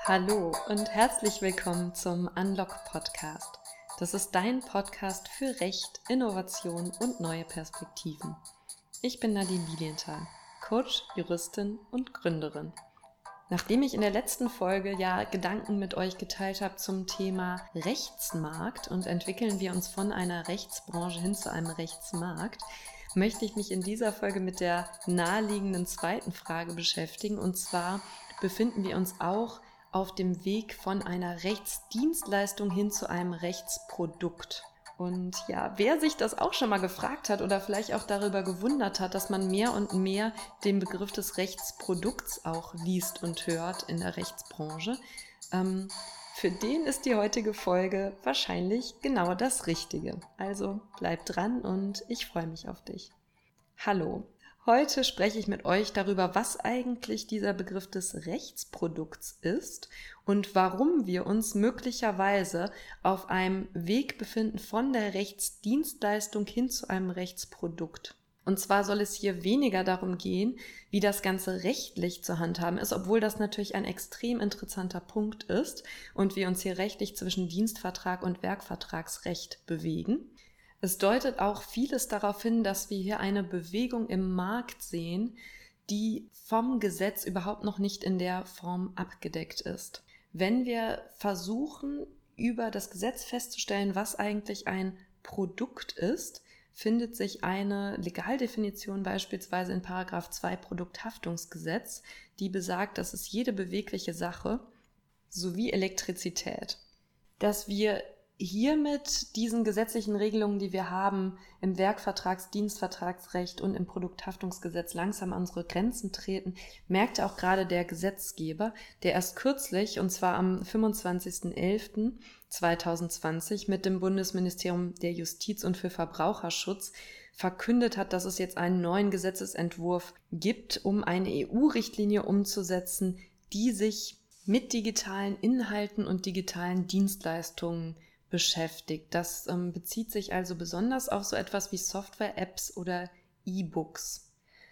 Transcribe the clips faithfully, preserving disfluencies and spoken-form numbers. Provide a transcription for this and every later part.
Hallo und herzlich willkommen zum Unlock Podcast. Das ist dein Podcast für Recht, Innovation und neue Perspektiven. Ich bin Nadine Lilienthal, Coach, Juristin und Gründerin. Nachdem ich in der letzten Folge ja Gedanken mit euch geteilt habe zum Thema Rechtsmarkt und entwickeln wir uns von einer Rechtsbranche hin zu einem Rechtsmarkt, möchte ich mich in dieser Folge mit der naheliegenden zweiten Frage beschäftigen. Und zwar befinden wir uns auch auf dem Weg von einer Rechtsdienstleistung hin zu einem Rechtsprodukt. Und ja, wer sich das auch schon mal gefragt hat oder vielleicht auch darüber gewundert hat, dass man mehr und mehr den Begriff des Rechtsprodukts auch liest und hört in der Rechtsbranche, ähm, für den ist die heutige Folge wahrscheinlich genau das Richtige. Also bleib dran und ich freue mich auf dich. Hallo. Heute spreche ich mit euch darüber, was eigentlich dieser Begriff des Rechtsprodukts ist und warum wir uns möglicherweise auf einem Weg befinden von der Rechtsdienstleistung hin zu einem Rechtsprodukt. Und zwar soll es hier weniger darum gehen, wie das Ganze rechtlich zu handhaben ist, obwohl das natürlich ein extrem interessanter Punkt ist und wir uns hier rechtlich zwischen Dienstvertrag und Werkvertragsrecht bewegen. Es deutet auch vieles darauf hin, dass wir hier eine Bewegung im Markt sehen, die vom Gesetz überhaupt noch nicht in der Form abgedeckt ist. Wenn wir versuchen, über das Gesetz festzustellen, was eigentlich ein Produkt ist, findet sich eine Legaldefinition beispielsweise in Paragraph zwei Produkthaftungsgesetz, die besagt, dass es jede bewegliche Sache sowie Elektrizität, dass wir hier mit diesen gesetzlichen Regelungen, die wir haben, im Werkvertrags-, Dienstvertragsrecht und im Produkthaftungsgesetz langsam an unsere Grenzen treten, merkte auch gerade der Gesetzgeber, der erst kürzlich, und zwar am fünfundzwanzigsten elften zweitausendzwanzig mit dem Bundesministerium der Justiz und für Verbraucherschutz verkündet hat, dass es jetzt einen neuen Gesetzesentwurf gibt, um eine E U-Richtlinie umzusetzen, die sich mit digitalen Inhalten und digitalen Dienstleistungen beschäftigt. Das ähm, bezieht sich also besonders auf so etwas wie Software-Apps oder E-Books.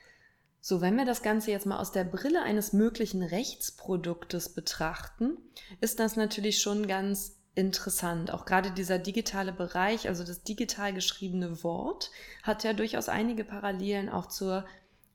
So, wenn wir das Ganze jetzt mal aus der Brille eines möglichen Rechtsproduktes betrachten, ist das natürlich schon ganz interessant. Auch gerade dieser digitale Bereich, also das digital geschriebene Wort, hat ja durchaus einige Parallelen auch zur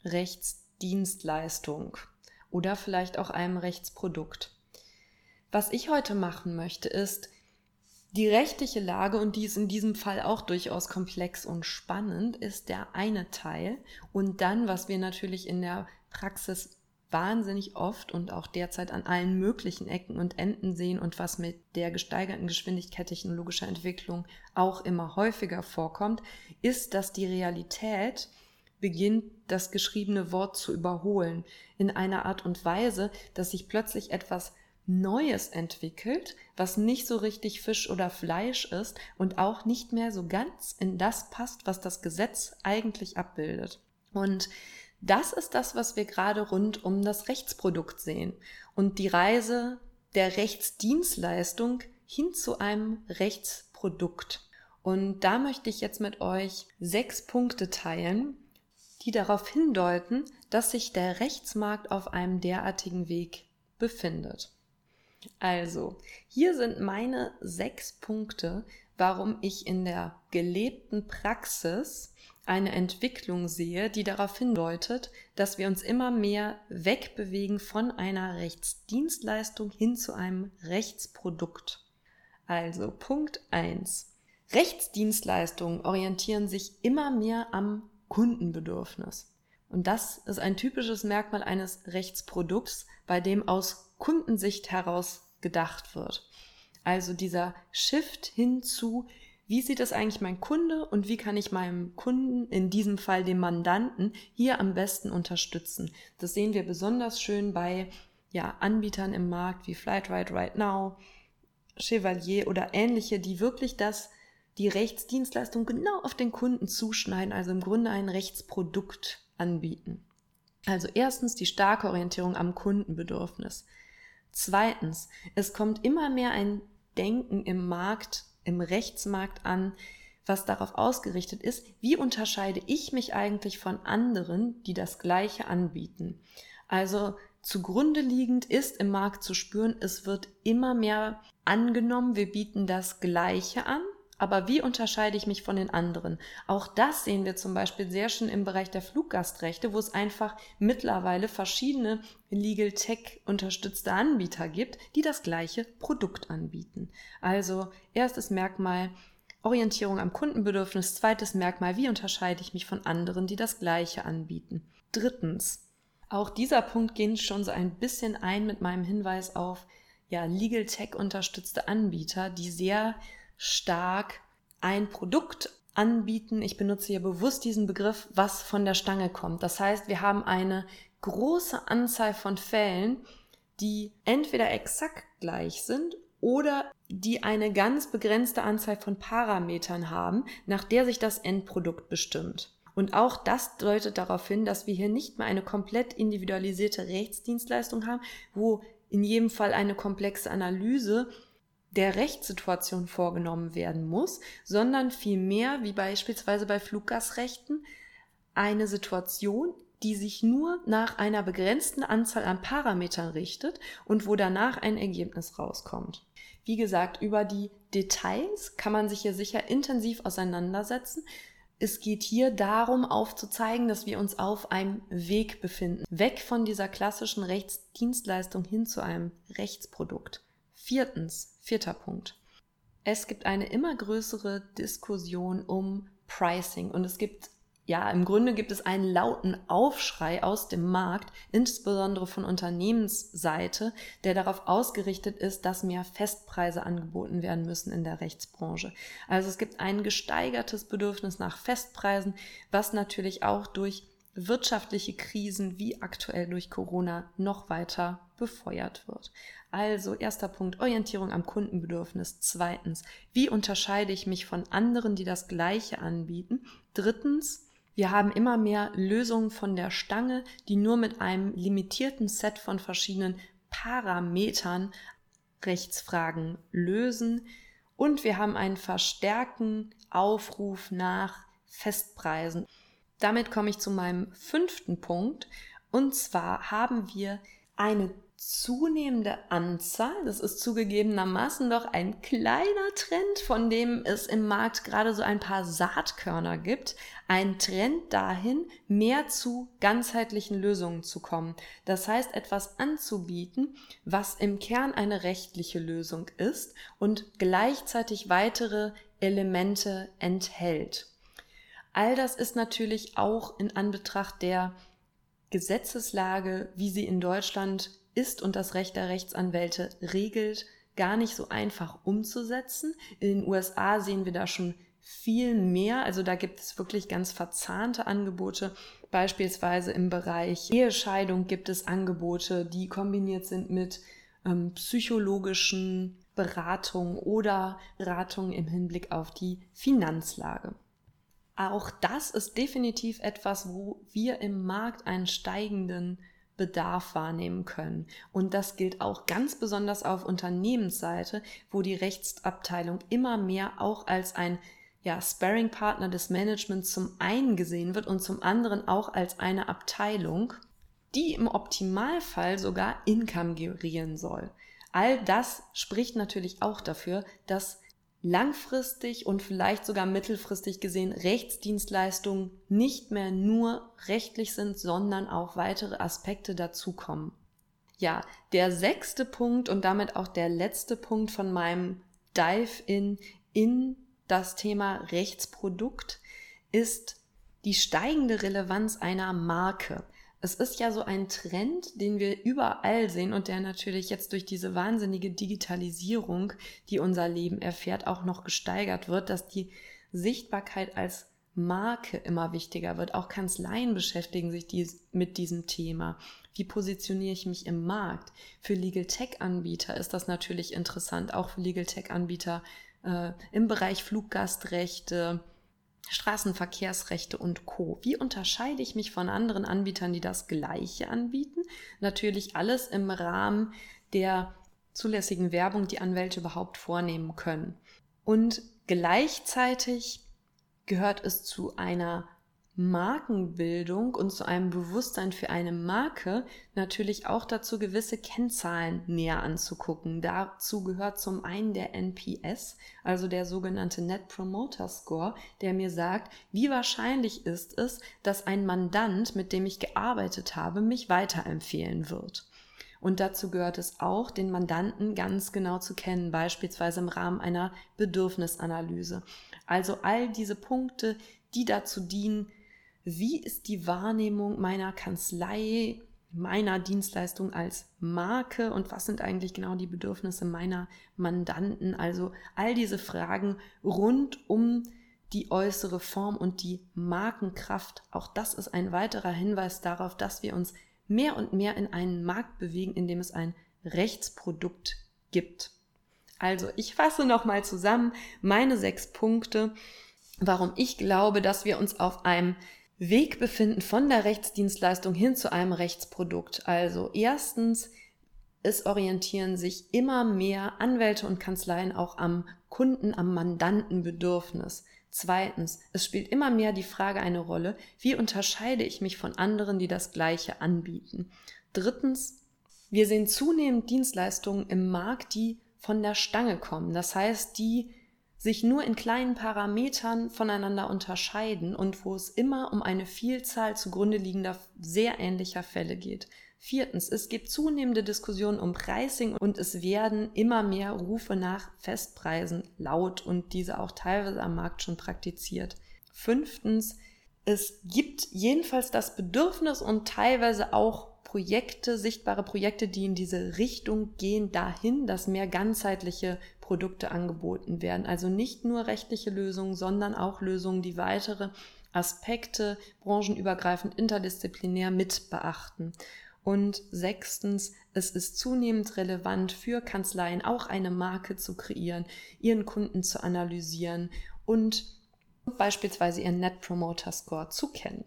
Rechtsdienstleistung oder vielleicht auch einem Rechtsprodukt. Was ich heute machen möchte, ist die rechtliche Lage, und die ist in diesem Fall auch durchaus komplex und spannend, ist der eine Teil. Und dann, was wir natürlich in der Praxis wahnsinnig oft und auch derzeit an allen möglichen Ecken und Enden sehen und was mit der gesteigerten Geschwindigkeit technologischer Entwicklung auch immer häufiger vorkommt, ist, dass die Realität beginnt, das geschriebene Wort zu überholen in einer Art und Weise, dass sich plötzlich etwas Neues entwickelt, was nicht so richtig Fisch oder Fleisch ist und auch nicht mehr so ganz in das passt, was das Gesetz eigentlich abbildet. Und das ist das, was wir gerade rund um das Rechtsprodukt sehen und die Reise der Rechtsdienstleistung hin zu einem Rechtsprodukt. Und da möchte ich jetzt mit euch sechs Punkte teilen, die darauf hindeuten, dass sich der Rechtsmarkt auf einem derartigen Weg befindet. Also, hier sind meine sechs Punkte, warum ich in der gelebten Praxis eine Entwicklung sehe, die darauf hindeutet, dass wir uns immer mehr wegbewegen von einer Rechtsdienstleistung hin zu einem Rechtsprodukt. Also, Punkt eins. Rechtsdienstleistungen orientieren sich immer mehr am Kundenbedürfnis. Und das ist ein typisches Merkmal eines Rechtsprodukts, bei dem aus Kundensicht heraus gedacht wird. Also dieser Shift hin zu, wie sieht es eigentlich mein Kunde und wie kann ich meinem Kunden, in diesem Fall dem Mandanten, hier am besten unterstützen. Das sehen wir besonders schön bei ja, Anbietern im Markt wie Flightride Right Now, Chevalier oder ähnliche, die wirklich das, die Rechtsdienstleistung genau auf den Kunden zuschneiden, also im Grunde ein Rechtsprodukt anbieten. Also erstens die starke Orientierung am Kundenbedürfnis. Zweitens, es kommt immer mehr ein Denken im Markt, im Rechtsmarkt an, was darauf ausgerichtet ist, wie unterscheide ich mich eigentlich von anderen, die das Gleiche anbieten. Also zugrunde liegend ist im Markt zu spüren, es wird immer mehr angenommen, wir bieten das Gleiche an, aber wie unterscheide ich mich von den anderen? Auch das sehen wir zum Beispiel sehr schön im Bereich der Fluggastrechte, wo es einfach mittlerweile verschiedene Legal Tech unterstützte Anbieter gibt, die das gleiche Produkt anbieten. Also erstes Merkmal, Orientierung am Kundenbedürfnis, zweites Merkmal, wie unterscheide ich mich von anderen, die das Gleiche anbieten. Drittens, auch dieser Punkt geht schon so ein bisschen ein mit meinem Hinweis auf ja, Legal Tech unterstützte Anbieter, die sehr stark ein Produkt anbieten. Ich benutze hier bewusst diesen Begriff, was von der Stange kommt. Das heißt, wir haben eine große Anzahl von Fällen, die entweder exakt gleich sind oder die eine ganz begrenzte Anzahl von Parametern haben, nach der sich das Endprodukt bestimmt. Und auch das deutet darauf hin, dass wir hier nicht mehr eine komplett individualisierte Rechtsdienstleistung haben, wo in jedem Fall eine komplexe Analyse der Rechtssituation vorgenommen werden muss, sondern vielmehr, wie beispielsweise bei Fluggastrechten, eine Situation, die sich nur nach einer begrenzten Anzahl an Parametern richtet und wo danach ein Ergebnis rauskommt. Wie gesagt, über die Details kann man sich hier sicher intensiv auseinandersetzen. Es geht hier darum, aufzuzeigen, dass wir uns auf einem Weg befinden, weg von dieser klassischen Rechtsdienstleistung hin zu einem Rechtsprodukt. Viertens, vierter Punkt. Es gibt eine immer größere Diskussion um Pricing und es gibt, ja, im Grunde gibt es einen lauten Aufschrei aus dem Markt, insbesondere von Unternehmensseite, der darauf ausgerichtet ist, dass mehr Festpreise angeboten werden müssen in der Rechtsbranche. Also es gibt ein gesteigertes Bedürfnis nach Festpreisen, was natürlich auch durch wirtschaftliche Krisen wie aktuell durch Corona noch weiter befeuert wird. Also erster Punkt, Orientierung am Kundenbedürfnis. Zweitens, wie unterscheide ich mich von anderen, die das Gleiche anbieten? Drittens, wir haben immer mehr Lösungen von der Stange, die nur mit einem limitierten Set von verschiedenen Parametern Rechtsfragen lösen. Und wir haben einen verstärkten Aufruf nach Festpreisen. Damit komme ich zu meinem fünften Punkt. Und zwar haben wir eine zunehmende Anzahl, das ist zugegebenermaßen doch ein kleiner Trend, von dem es im Markt gerade so ein paar Saatkörner gibt, ein Trend dahin, mehr zu ganzheitlichen Lösungen zu kommen. Das heißt, etwas anzubieten, was im Kern eine rechtliche Lösung ist und gleichzeitig weitere Elemente enthält. All das ist natürlich auch in Anbetracht der Gesetzeslage, wie sie in Deutschland ist und das Recht der Rechtsanwälte regelt, gar nicht so einfach umzusetzen. In den U S A sehen wir da schon viel mehr, also da gibt es wirklich ganz verzahnte Angebote. Beispielsweise im Bereich Ehescheidung gibt es Angebote, die kombiniert sind mit ähm, psychologischen Beratungen oder Beratungen im Hinblick auf die Finanzlage. Auch das ist definitiv etwas, wo wir im Markt einen steigenden Bedarf wahrnehmen können. Und das gilt auch ganz besonders auf Unternehmensseite, wo die Rechtsabteilung immer mehr auch als ein ja, Sparring-Partner des Managements zum einen gesehen wird und zum anderen auch als eine Abteilung, die im Optimalfall sogar Income generieren soll. All das spricht natürlich auch dafür, dass langfristig und vielleicht sogar mittelfristig gesehen Rechtsdienstleistungen nicht mehr nur rechtlich sind, sondern auch weitere Aspekte dazukommen. Ja, der sechste Punkt und damit auch der letzte Punkt von meinem Dive-In in das Thema Rechtsprodukt ist die steigende Relevanz einer Marke. Es ist ja so ein Trend, den wir überall sehen und der natürlich jetzt durch diese wahnsinnige Digitalisierung, die unser Leben erfährt, auch noch gesteigert wird, dass die Sichtbarkeit als Marke immer wichtiger wird. Auch Kanzleien beschäftigen sich dies, mit diesem Thema. Wie positioniere ich mich im Markt? Für Legal Tech-Anbieter ist das natürlich interessant, auch für Legal Tech-Anbieter äh, im Bereich Fluggastrechte, Straßenverkehrsrechte und Co. Wie unterscheide ich mich von anderen Anbietern, die das Gleiche anbieten? Natürlich alles im Rahmen der zulässigen Werbung, die Anwälte überhaupt vornehmen können. Und gleichzeitig gehört es zu einer Markenbildung und zu einem Bewusstsein für eine Marke natürlich auch dazu, gewisse Kennzahlen näher anzugucken. Dazu gehört zum einen der N P S, also der sogenannte Net Promoter Score, der mir sagt, wie wahrscheinlich ist es, dass ein Mandant, mit dem ich gearbeitet habe, mich weiterempfehlen wird. Und dazu gehört es auch, den Mandanten ganz genau zu kennen, beispielsweise im Rahmen einer Bedürfnisanalyse. Also all diese Punkte, die dazu dienen, wie ist die Wahrnehmung meiner Kanzlei, meiner Dienstleistung als Marke und was sind eigentlich genau die Bedürfnisse meiner Mandanten? Also all diese Fragen rund um die äußere Form und die Markenkraft. Auch das ist ein weiterer Hinweis darauf, dass wir uns mehr und mehr in einen Markt bewegen, in dem es ein Rechtsprodukt gibt. Also ich fasse nochmal zusammen meine sechs Punkte, warum ich glaube, dass wir uns auf einem Weg befinden von der Rechtsdienstleistung hin zu einem Rechtsprodukt. Also erstens, es orientieren sich immer mehr Anwälte und Kanzleien auch am Kunden, am Mandantenbedürfnis. Zweitens, es spielt immer mehr die Frage eine Rolle, wie unterscheide ich mich von anderen, die das Gleiche anbieten. Drittens, wir sehen zunehmend Dienstleistungen im Markt, die von der Stange kommen. Das heißt, die sich nur in kleinen Parametern voneinander unterscheiden und wo es immer um eine Vielzahl zugrunde liegender, sehr ähnlicher Fälle geht. Viertens, es gibt zunehmende Diskussionen um Pricing und es werden immer mehr Rufe nach Festpreisen laut und diese auch teilweise am Markt schon praktiziert. Fünftens, es gibt jedenfalls das Bedürfnis und teilweise auch Projekte, sichtbare Projekte, die in diese Richtung gehen, dahin, dass mehr ganzheitliche Produkte angeboten werden. Also nicht nur rechtliche Lösungen, sondern auch Lösungen, die weitere Aspekte branchenübergreifend, interdisziplinär mit beachten. Und sechstens, es ist zunehmend relevant für Kanzleien, auch eine Marke zu kreieren, ihren Kunden zu analysieren und beispielsweise ihren Net Promoter Score zu kennen.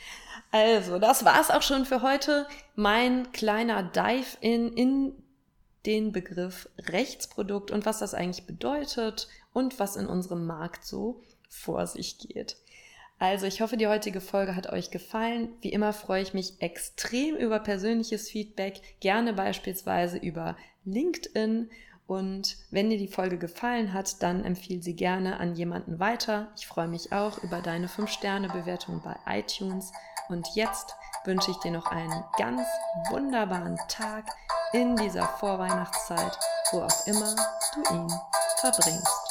Also, das war's auch schon für heute. Mein kleiner Dive in, in den Begriff Rechtsprodukt und was das eigentlich bedeutet und was in unserem Markt so vor sich geht. Also, ich hoffe, die heutige Folge hat euch gefallen. Wie immer freue ich mich extrem über persönliches Feedback, gerne beispielsweise über LinkedIn. Und wenn dir die Folge gefallen hat, dann empfehle sie gerne an jemanden weiter. Ich freue mich auch über deine fünf Sterne Bewertung bei iTunes. Und jetzt wünsche ich dir noch einen ganz wunderbaren Tag in dieser Vorweihnachtszeit, wo auch immer du ihn verbringst.